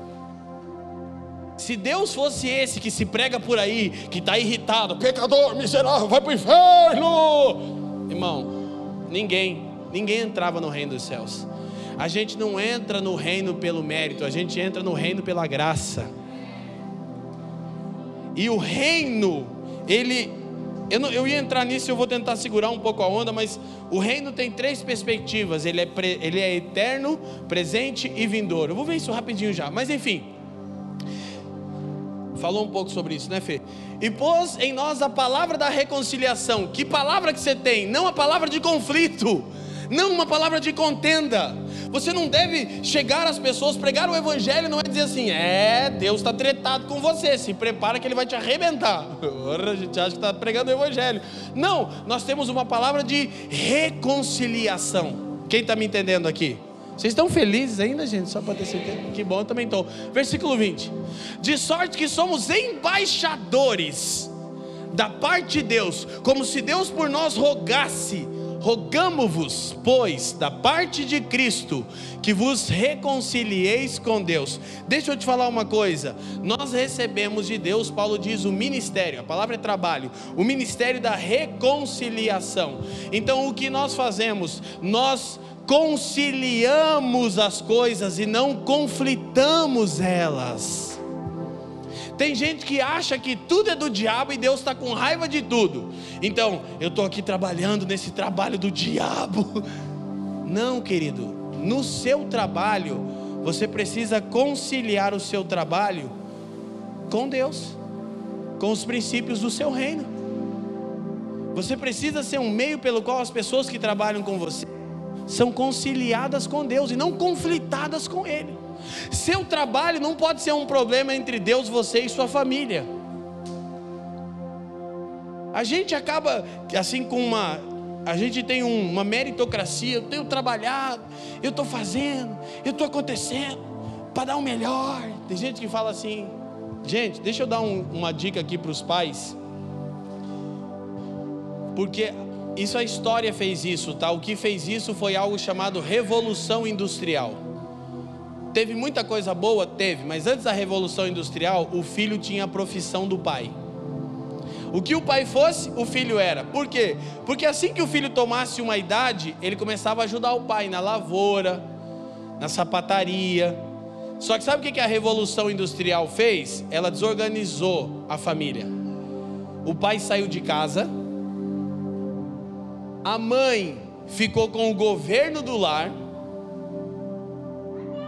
se Deus fosse esse que se prega por aí, que está irritado, pecador, miserável, vai para o inferno, irmão, ninguém entrava no reino dos céus. A gente não entra no reino pelo mérito, a gente entra no reino pela graça. E o reino, eu ia entrar nisso e eu vou tentar segurar um pouco a onda, mas o reino tem três perspectivas. Ele é eterno, presente e vindouro. Eu vou ver isso rapidinho já, mas enfim, falou um pouco sobre isso, né, Fê? E pôs em nós a palavra da reconciliação. Que palavra que você tem? Não a palavra de conflito, não uma palavra de contenda. Você não deve chegar às pessoas, pregar o evangelho não é dizer assim: Deus está tretado com você, se prepara que Ele vai te arrebentar. A gente acha que está pregando o evangelho. Não, nós temos uma palavra de reconciliação. Quem está me entendendo aqui? Vocês estão felizes ainda, gente? Só para ter certeza. Que bom, eu também estou. Versículo 20: de sorte que somos embaixadores da parte de Deus, como se Deus por nós rogasse. Rogamo-vos, pois, da parte de Cristo, que vos reconcilieis com Deus. Deixa eu te falar uma coisa. Nós recebemos de Deus, Paulo diz, o ministério, a palavra é trabalho, o ministério da reconciliação. Então o que nós fazemos? Nós conciliamos as coisas e não conflitamos elas. Tem gente que acha que tudo é do diabo e Deus está com raiva de tudo. Então, eu estou aqui trabalhando nesse trabalho do diabo. Não, querido, no seu trabalho, você precisa conciliar o seu trabalho com Deus, com os princípios do seu reino. Você precisa ser um meio pelo qual as pessoas que trabalham com você são conciliadas com Deus e não conflitadas com Ele. Seu trabalho não pode ser um problema entre Deus, você e sua família. A gente acaba assim a gente tem uma meritocracia. Eu tenho trabalhado, eu estou fazendo, eu estou acontecendo para dar o melhor. Tem gente que fala assim. Gente, deixa eu dar uma dica aqui para os pais, porque a história fez isso, tá? O que fez isso foi algo chamado Revolução Industrial. Teve muita coisa boa? Teve, mas antes da Revolução Industrial, o filho tinha a profissão do pai. O que o pai fosse, o filho era. Por quê? Porque assim que o filho tomasse uma idade, ele começava a ajudar o pai na lavoura, na sapataria. Só que sabe o que a Revolução Industrial fez? Ela desorganizou a família. O pai saiu de casa, a mãe ficou com o governo do lar,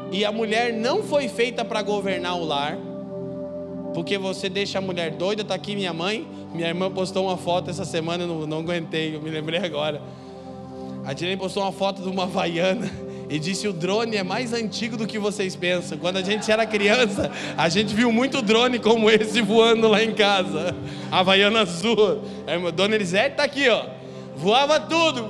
E a mulher não foi feita para governar o lar, porque você deixa a mulher doida. Está aqui minha mãe, minha irmã postou uma foto essa semana, eu não aguentei, eu me lembrei agora. A Dilene postou uma foto de uma havaiana e disse: o drone é mais antigo do que vocês pensam. Quando a gente era criança, a gente viu muito drone como esse voando lá em casa. Havaiana azul. A dona Elisete está aqui, ó. Voava tudo.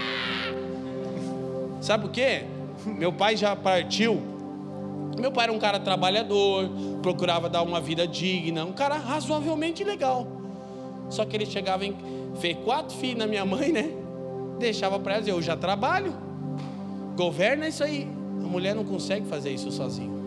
Sabe por quê? Meu pai já partiu. Meu pai era um cara trabalhador, procurava dar uma vida digna, um cara razoavelmente legal. Só que ele chegava fez 4 filhos na minha mãe, né? Deixava para elas: eu já trabalho, governa isso aí. A mulher não consegue fazer isso sozinha.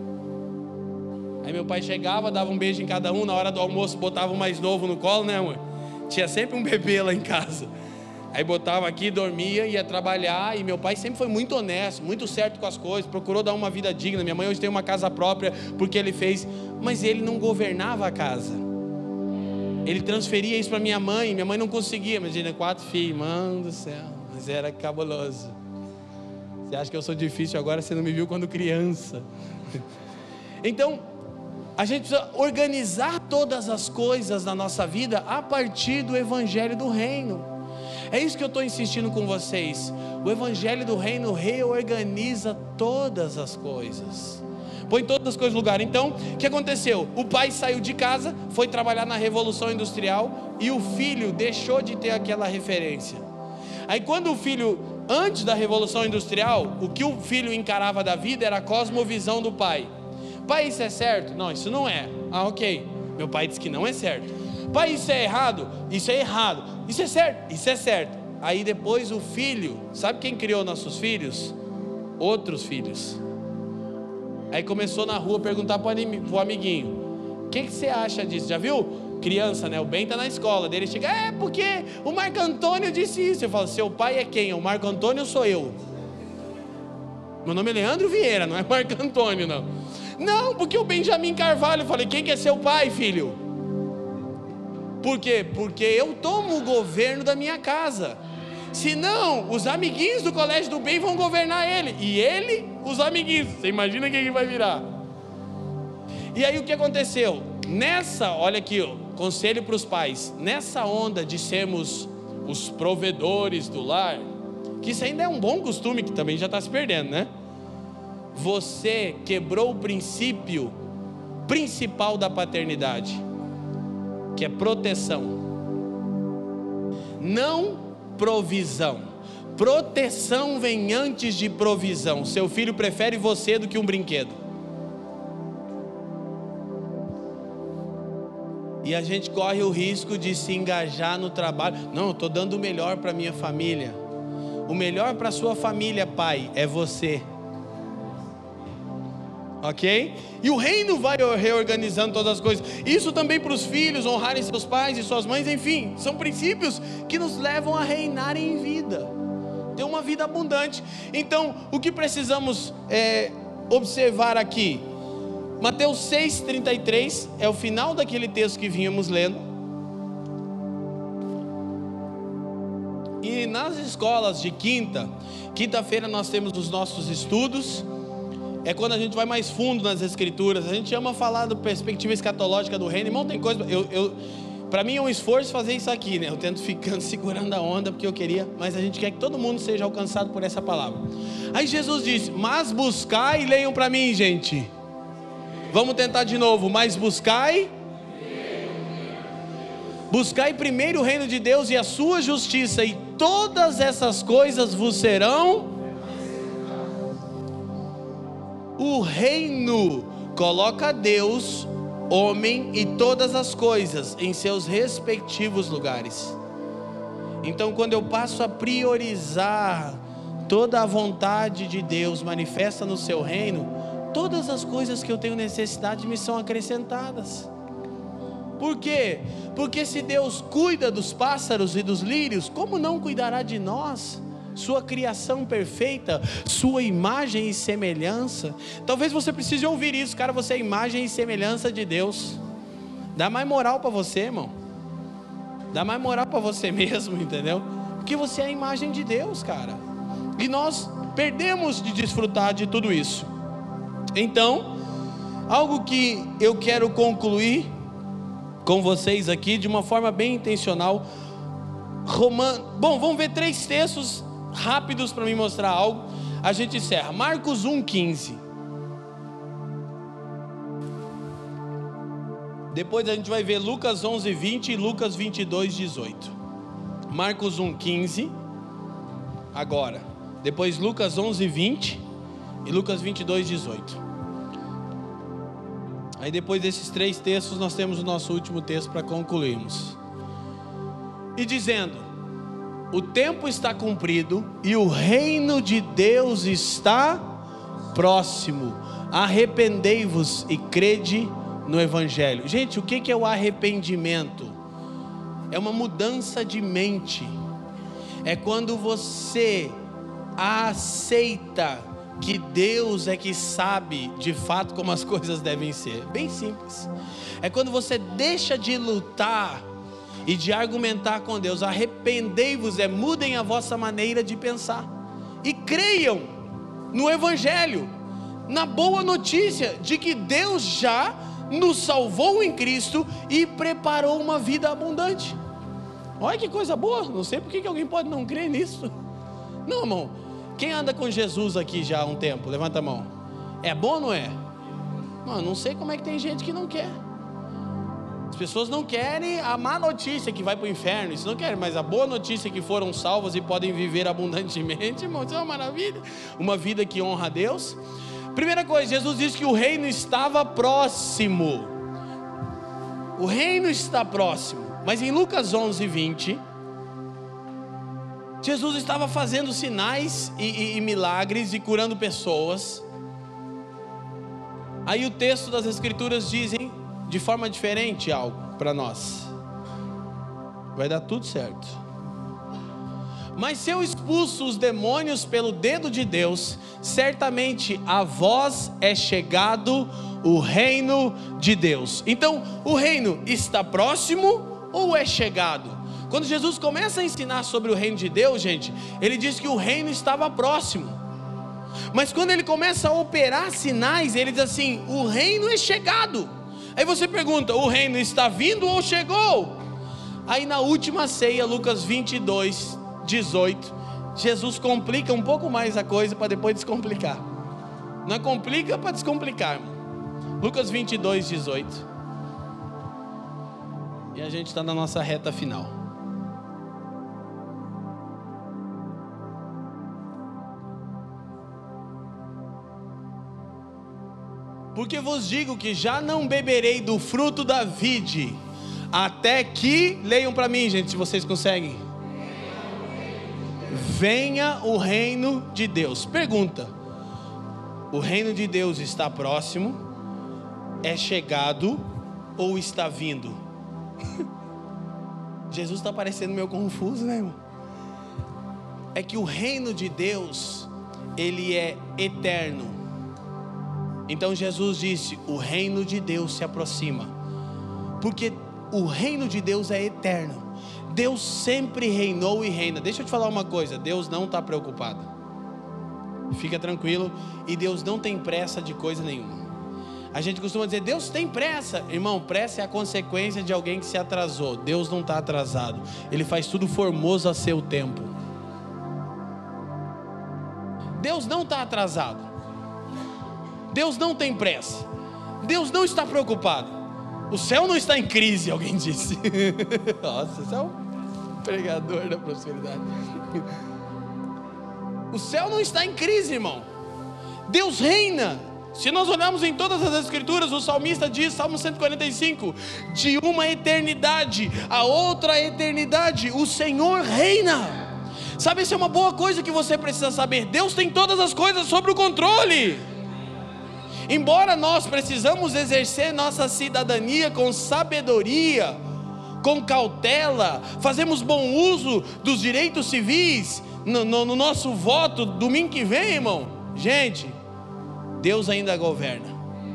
Aí meu pai chegava, dava um beijo em cada um, na hora do almoço botava o mais novo no colo, né, amor? Tinha sempre um bebê lá em casa. Aí botava aqui, dormia, ia trabalhar. E meu pai sempre foi muito honesto, muito certo com as coisas, procurou dar uma vida digna. Minha mãe hoje tem uma casa própria porque ele fez. Mas ele não governava a casa. Ele transferia isso para minha mãe não conseguia. Imagina, 4 filhos, mano do céu. Mas era cabuloso. Você acha que eu sou difícil agora? Você não me viu quando criança. Então, a gente precisa organizar todas as coisas na nossa vida a partir do Evangelho do Reino. É isso que eu estou insistindo com vocês. O Evangelho do Reino reorganiza todas as coisas, põe todas as coisas no lugar. Então, o que aconteceu? O pai saiu de casa, foi trabalhar na Revolução Industrial, e o filho deixou de ter aquela referência. Aí quando o filho, antes da Revolução Industrial, o que o filho encarava da vida era a cosmovisão do pai. Pai, isso é certo? Não, isso não é. Ah, ok. Meu pai disse que não é certo. Pai, isso é errado? Isso é errado. Isso é certo? Isso é certo. Aí depois o filho, sabe quem criou nossos filhos? Outros filhos. Aí começou na rua a perguntar para o amiguinho: o que você acha disso? Já viu? Criança, né? O Ben está na escola. Dele chega: porque o Marco Antônio disse isso. Eu falo: seu pai é quem? O Marco Antônio ou sou eu? Meu nome é Leandro Vieira, não é Marco Antônio, não. Não, porque o Benjamin Carvalho. Eu falei: quem que é seu pai, filho? Por quê? Porque eu tomo o governo da minha casa. Senão, os amiguinhos do colégio do bem vão governar ele. E ele, os amiguinhos. Você imagina quem que vai virar? E aí o que aconteceu? Olha aqui, ó, conselho para os pais. Nessa onda de sermos os provedores do lar, que isso ainda é um bom costume que também já está se perdendo, né? Você quebrou o princípio principal da paternidade, que é proteção, não provisão. Proteção vem antes de provisão. Seu filho prefere você do que um brinquedo. E a gente corre o risco de se engajar no trabalho. Não, eu estou dando o melhor para minha família. O melhor para a sua família, pai, é você. Ok? E o reino vai reorganizando todas as coisas. Isso também para os filhos honrarem seus pais e suas mães. Enfim, são princípios que nos levam a reinar em vida, ter uma vida abundante. Então, o que precisamos observar aqui? Mateus 6,33 é o final daquele texto que vínhamos lendo. E nas escolas de quinta-feira nós temos os nossos estudos. É quando a gente vai mais fundo nas escrituras. A gente ama falar da perspectiva escatológica do reino. Irmão, tem coisa... Para mim é um esforço fazer isso aqui, né? Eu tento ficando segurando a onda porque eu queria, mas a gente quer que todo mundo seja alcançado por essa palavra. Aí Jesus disse: mas buscai, leiam para mim, gente. Vamos tentar de novo. Mas buscai primeiro o reino de Deus e a sua justiça, e todas essas coisas vos serão. O reino coloca Deus, homem e todas as coisas em seus respectivos lugares. Então, quando eu passo a priorizar toda a vontade de Deus manifesta no seu reino, todas as coisas que eu tenho necessidade me são acrescentadas. Por quê? Porque se Deus cuida dos pássaros e dos lírios, como não cuidará de nós? Sua criação perfeita, sua imagem e semelhança. Talvez você precise ouvir isso: cara, você é imagem e semelhança de Deus. Dá mais moral para você, irmão. Dá mais moral para você mesmo, entendeu? Porque você é a imagem de Deus, cara. E nós perdemos de desfrutar de tudo isso. Então, algo que eu quero concluir com vocês aqui de uma forma bem intencional. Bom, vamos ver 3 textos rápidos para me mostrar algo. A gente encerra. Marcos 1,15. Depois a gente vai ver Lucas 11,20 e Lucas 22,18. Marcos 1,15. Agora. Depois Lucas 11,20 e Lucas 22,18. Aí depois desses 3 textos nós temos o nosso último texto para concluirmos. E dizendo: o tempo está cumprido e o reino de Deus está próximo. Arrependei-vos e crede no Evangelho. Gente, o que é o arrependimento? É uma mudança de mente. É quando você aceita que Deus é que sabe de fato como as coisas devem ser. Bem simples. É quando você deixa de lutar e de argumentar com Deus. Arrependei-vos, mudem a vossa maneira de pensar e creiam no Evangelho, na boa notícia de que Deus já nos salvou em Cristo e preparou uma vida abundante. Olha que coisa boa. Não sei por que alguém pode não crer nisso. Não, irmão. Quem anda com Jesus aqui já há um tempo? Levanta a mão. É bom ou não é? Mano, não sei como é que tem gente que não quer. As pessoas não querem a má notícia que vai para o inferno. Isso não querem, mas a boa notícia que foram salvas e podem viver abundantemente, irmão, isso é uma maravilha. Uma vida que honra a Deus. Primeira coisa, Jesus disse que o reino estava próximo. O reino está próximo. Mas em Lucas 11:20, Jesus estava fazendo sinais e milagres e curando pessoas. Aí o texto das Escrituras dizem de forma diferente algo para nós. Vai dar tudo certo. Mas se eu expulso os demônios pelo dedo de Deus, certamente a vós é chegado o reino de Deus. Então, o reino está próximo ou é chegado? Quando Jesus começa a ensinar sobre o reino de Deus, gente, ele diz que o reino estava próximo. Mas quando ele começa a operar sinais, ele diz assim: o reino é chegado. Aí você pergunta: o reino está vindo ou chegou? Aí na última ceia, Lucas 22:18, Jesus complica um pouco mais a coisa para depois descomplicar. Não complica para descomplicar, irmão. Lucas 22:18. E a gente está na nossa reta final. Porque vos digo que já não beberei do fruto da vide, até que, leiam para mim, gente, se vocês conseguem, venha o reino de Deus. Pergunta: o reino de Deus está próximo, é chegado ou está vindo? Jesus está parecendo meio confuso, né, irmão? É que o reino de Deus, ele é eterno. Então Jesus disse: o reino de Deus se aproxima, porque o reino de Deus é eterno. Deus sempre reinou e reina. Deixa eu te falar uma coisa: Deus não está preocupado, fica tranquilo. E Deus não tem pressa de coisa nenhuma. A gente costuma dizer: Deus tem pressa. Irmão, pressa é a consequência de alguém que se atrasou. Deus não está atrasado, Ele faz tudo formoso a seu tempo. Deus não está atrasado, Deus não tem pressa, Deus não está preocupado. O céu não está em crise, alguém disse. Nossa, você é um pregador da prosperidade. O céu não está em crise, irmão. Deus reina. Se nós olharmos em todas as Escrituras, o salmista diz, Salmo 145, de uma eternidade a outra eternidade, o Senhor reina. Sabe, isso é uma boa coisa que você precisa saber. Deus tem todas as coisas sob o controle. Embora nós precisamos exercer nossa cidadania com sabedoria, com cautela, fazemos bom uso dos direitos civis no nosso voto domingo que vem, irmão. Gente, Deus ainda governa.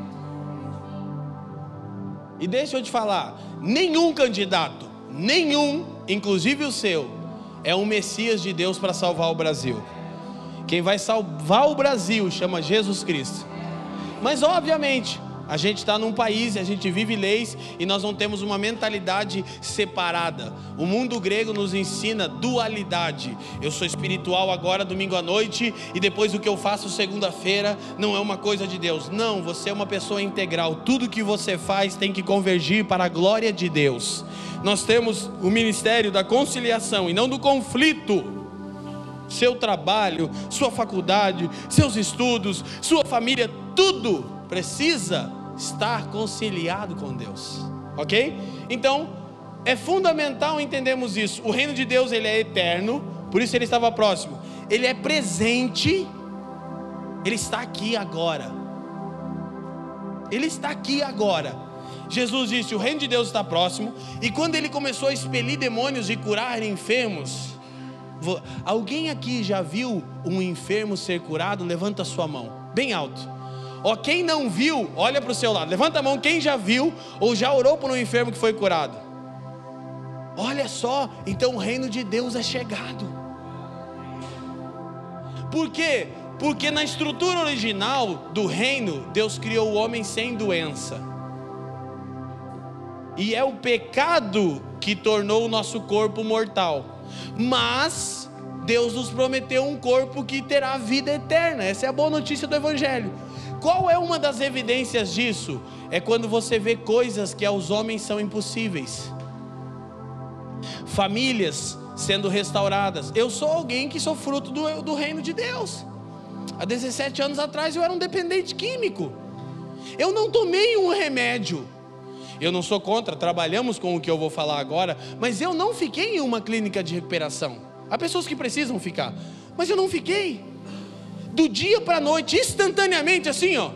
E deixa eu te falar, nenhum candidato, inclusive o seu, é um Messias de Deus para salvar o Brasil. Quem vai salvar o Brasil chama Jesus Cristo. Mas obviamente, a gente está num país e a gente vive leis e nós não temos uma mentalidade separada. O mundo grego nos ensina dualidade. Eu sou espiritual agora, domingo à noite, e depois o que eu faço segunda-feira não é uma coisa de Deus. Não, você é uma pessoa integral. Tudo que você faz tem que convergir para a glória de Deus. Nós temos o ministério da conciliação e não do conflito. Seu trabalho, sua faculdade, seus estudos, sua família, tudo precisa estar conciliado com Deus, ok? Então, é fundamental entendermos isso. O reino de Deus, ele é eterno, por isso ele estava próximo. Ele é presente, ele está aqui agora. Ele está aqui agora. Jesus disse, o reino de Deus está próximo, e quando ele começou a expelir demônios e curar enfermos, alguém aqui já viu um enfermo ser curado? Levanta a sua mão, bem alto. Ó, quem não viu, olha para o seu lado, levanta a mão quem já viu ou já orou por um enfermo que foi curado. Olha só, então o reino de Deus é chegado. Por quê? Porque na estrutura original do reino, Deus criou o homem sem doença. E é o pecado que tornou o nosso corpo mortal. Mas Deus nos prometeu um corpo que terá vida eterna. Essa é a boa notícia do Evangelho. Qual é uma das evidências disso? É quando você vê coisas que aos homens são impossíveis. Famílias sendo restauradas. Eu sou alguém que sou fruto do reino de Deus. Há 17 anos atrás eu era um dependente químico. Eu não tomei um remédio. Eu não sou contra, trabalhamos com o que eu vou falar agora, mas eu não fiquei em uma clínica de recuperação. Há pessoas que precisam ficar, mas eu não fiquei. Do dia para a noite, instantaneamente assim, ó.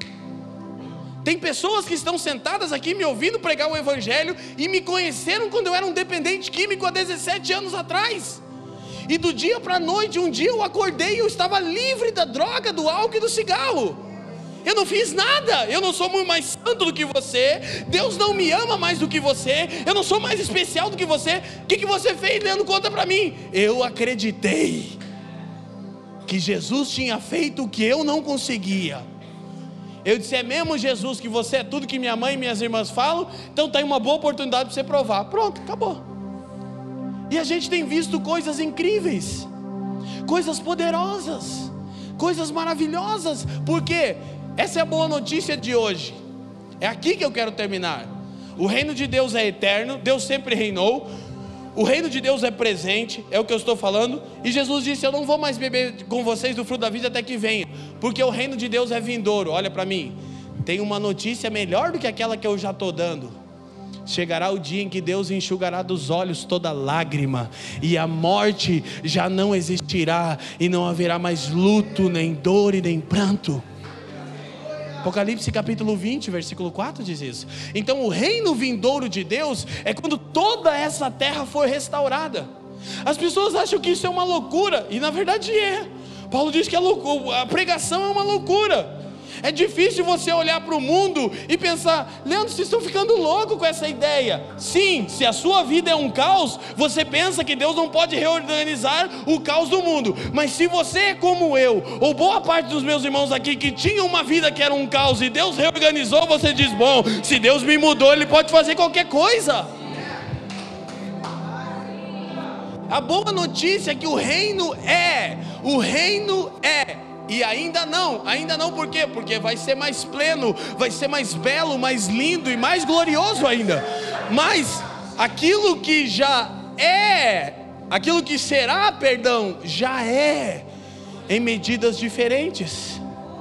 Tem pessoas que estão sentadas aqui me ouvindo pregar o Evangelho e me conheceram quando eu era um dependente químico há 17 anos atrás. E do dia para a noite, um dia eu acordei e eu estava livre da droga, do álcool e do cigarro. Eu não fiz nada, eu não sou muito mais santo do que você, Deus não me ama mais do que você, eu não sou mais especial do que você. O que você fez, Leandro? Conta para mim. Eu acreditei que Jesus tinha feito o que eu não conseguia. Eu disse, é mesmo, Jesus, que você é tudo que minha mãe e minhas irmãs falam? Então tem uma boa oportunidade para você provar. Pronto, acabou. E a gente tem visto coisas incríveis, coisas poderosas, coisas maravilhosas. Por quê? Essa é a boa notícia de hoje. É aqui que eu quero terminar. O reino de Deus é eterno, Deus sempre reinou. O reino de Deus é presente, é o que eu estou falando. E Jesus disse, eu não vou mais beber com vocês do fruto da vida até que venha, porque o reino de Deus é vindouro. Olha para mim, tem uma notícia melhor do que aquela que eu já estou dando. Chegará o dia em que Deus enxugará dos olhos toda lágrima, e a morte já não existirá, e não haverá mais luto, nem dor e nem pranto. Apocalipse capítulo 20, versículo 4 diz isso. Então o reino vindouro de Deus é quando toda essa terra for restaurada. As pessoas acham que isso é uma loucura, e na verdade é. Paulo diz que a pregação é uma loucura. É difícil você olhar para o mundo e pensar, Leandro, vocês estão ficando loucos com essa ideia. Sim, se a sua vida é um caos, você pensa que Deus não pode reorganizar o caos do mundo. Mas se você é como eu, ou boa parte dos meus irmãos aqui, que tinham uma vida que era um caos e Deus reorganizou, você diz, bom, se Deus me mudou, Ele pode fazer qualquer coisa. A boa notícia é que o reino é. E ainda não, por quê? Porque vai ser mais pleno, vai ser mais belo, mais lindo e mais glorioso ainda. Mas aquilo que já é, aquilo que será, perdão, já é, em medidas diferentes.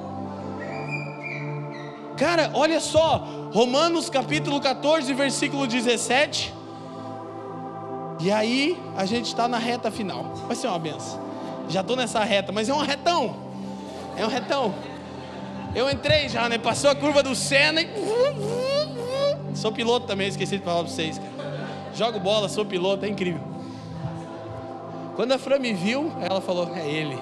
Cara, olha só, Romanos capítulo 14, versículo 17. E aí, a gente está na reta final. Vai ser uma benção. Já estou nessa reta, mas é um retão. É um retão. Eu entrei já, né? Passou a curva do Senna e... Sou piloto também, esqueci de falar para vocês, cara. Jogo bola, sou piloto, é incrível. Quando a Fran me viu, ela falou, é ele.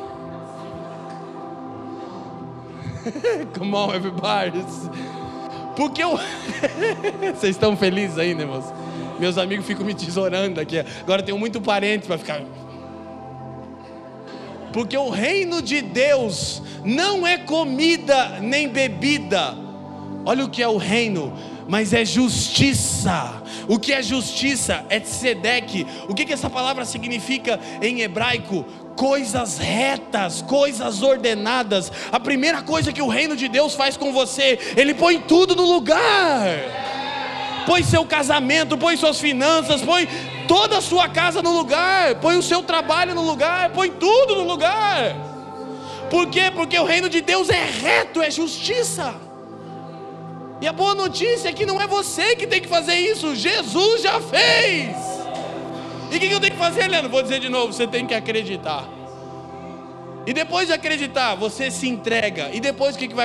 Come on, everybody. Porque eu... Vocês estão felizes ainda, irmãos? Meus amigos ficam me tesourando aqui. Agora eu tenho muito parente para ficar... Porque o reino de Deus não é comida nem bebida. Olha o que é o reino, mas é justiça. O que é justiça? É tzedek. O que essa palavra significa em hebraico? Coisas retas, coisas ordenadas. A primeira coisa que o reino de Deus faz com você, Ele põe tudo no lugar. Põe seu casamento, põe suas finanças, põe toda a sua casa no lugar, põe o seu trabalho no lugar, põe tudo no lugar. Por quê? Porque o reino de Deus é reto, é justiça. E a boa notícia é que não é você que tem que fazer isso, Jesus já fez. E o que eu tenho que fazer, Leandro? Vou dizer de novo, você tem que acreditar. E depois de acreditar, você se entrega. E depois o que vai